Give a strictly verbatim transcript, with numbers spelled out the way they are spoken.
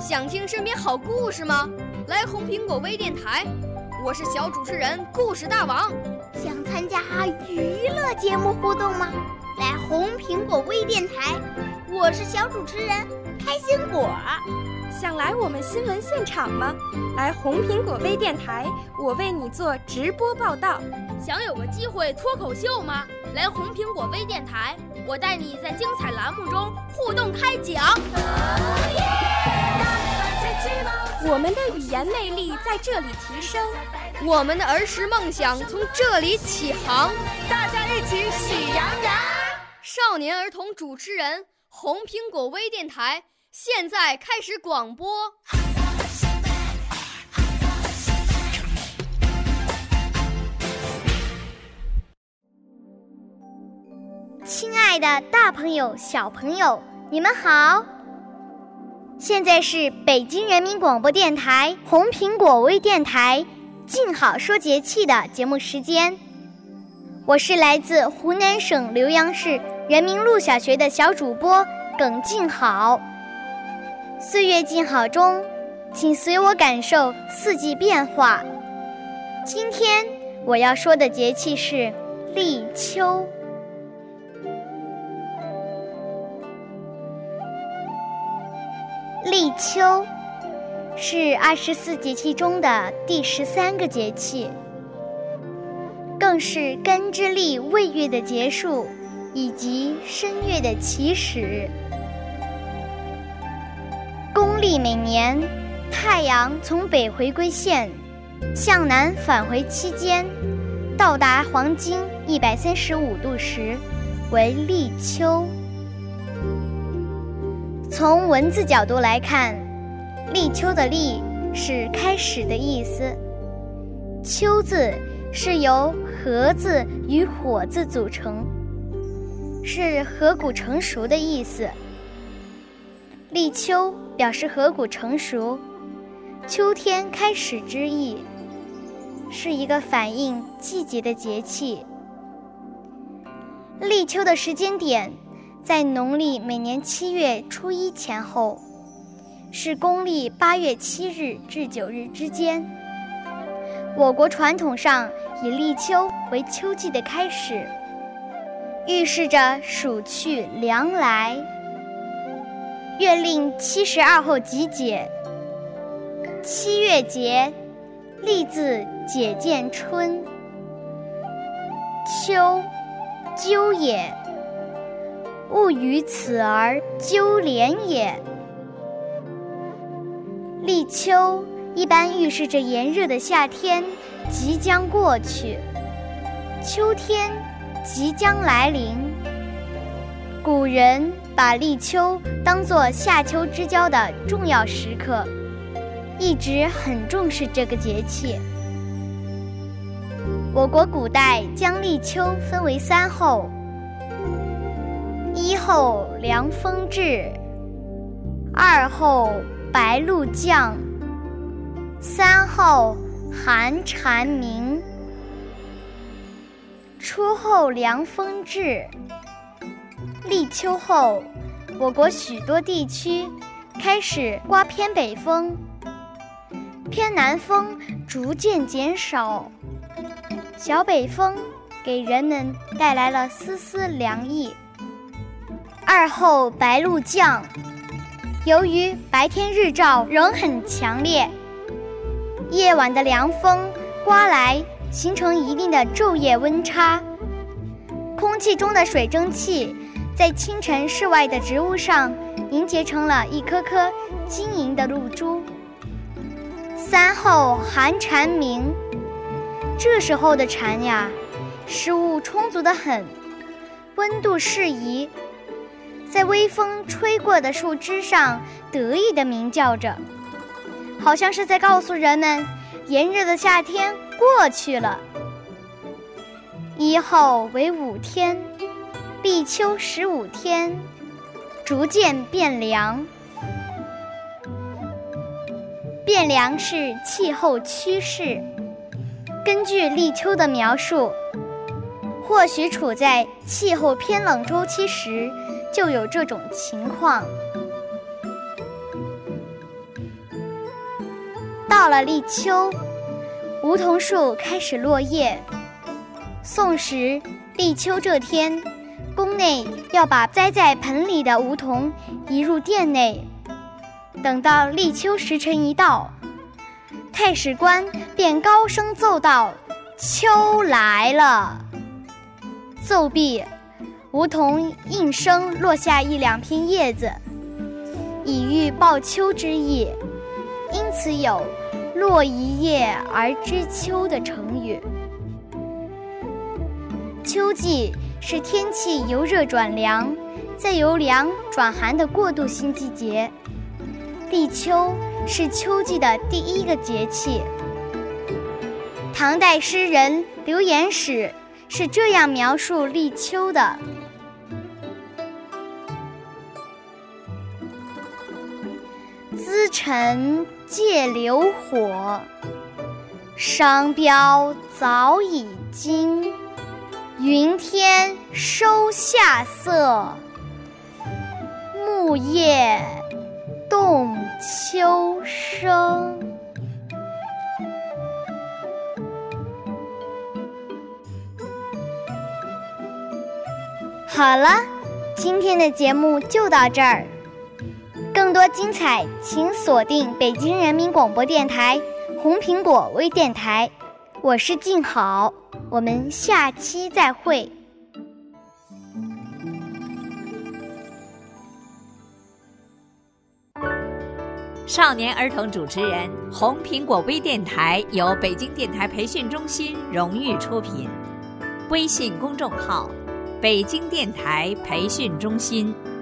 想听身边好故事吗？来红苹果微电台，我是小主持人故事大王。 想参加娱乐节目互动吗？来红苹果微电台，我是小主持人开心果。 想来我们新闻现场吗？来红苹果微电台，我为你做直播报道。 想有个机会脱口秀吗？来红苹果微电台，我带你在精彩栏目中互动开讲。 我们的语言魅力在这里提升， 我们的儿时梦想从这里起航。 大家一起喜羊羊。 少年儿童主持人，红苹果微电台现在开始广播。 亲爱的大朋友小朋友，你们好，现在是北京人民广播电台红苹果微电台静好说节气的节目时间，我是来自湖南省浏阳市人民路小学的小主播耿静好。岁月静好中，请随我感受四季变化。今天我要说的节气是立秋。立秋是二十四节气中的第十三个节气，更是干支历未月的结束以及申月的起始。公历每年太阳从北回归线向南返回期间到达黄金一百三十五度时为立秋。从文字角度来看，立秋的立是开始的意思，秋字是由禾字与火字组成，是禾谷成熟的意思。立秋表示禾谷成熟，秋天开始之意，是一个反映季节的节气。立秋的时间点在农历每年七月初一前后，是公历八月七日至九日之间。我国传统上以立秋为秋季的开始，预示着暑去凉来。月令七十二候集解，七月节，立字解见春。秋，鸠也，物于此而鸠连也。立秋一般预示着炎热的夏天即将过去，秋天即将来临。古人把立秋当作夏秋之交的重要时刻，一直很重视这个节气。我国古代将立秋分为三候：一候凉风至，二候白露降，三候寒蝉鸣。初候凉风至，立秋后，我国许多地区开始刮偏北风，偏南风逐渐减少，小北风给人们带来了丝丝凉意。二候白露降，由于白天日照仍很强烈，夜晚的凉风刮来，形成一定的昼夜温差，空气中的水蒸气在清晨室外的植物上凝结成了一颗颗晶莹的露珠。三候寒蝉鸣，这时候的蝉呀，食物充足得很，温度适宜，在微风吹过的树枝上得意地鸣叫着，好像是在告诉人们炎热的夏天过去了。一候为五天，立秋十五天，逐渐变凉。变凉是气候趋势，根据立秋的描述，或许处在气候偏冷周期时就有这种情况。 到了立秋，梧桐树开始落叶。宋时立秋这天，宫内要把栽在盆里的梧桐移入殿内。等到立秋时辰一到，太史官便高声奏道：“秋来了！”奏毕，梧桐应声落下一两片叶子，以喻报秋之意，因此有“落一叶而知秋”的成语。秋季是天气由热转凉，再由凉转寒的过渡性季节。立秋是秋季的第一个节气。唐代诗人刘言史是这样描述立秋的：资尘借流火，商标早已经，云天收夏色，木叶动秋声。好了，今天的节目就到这儿。更多精彩，请锁定北京人民广播电台红苹果微电台。我是静好，我们下期再会。 少年儿童主持人，红苹果微电台由北京电台培训中心荣誉出品，微信公众号：北京电台培训中心。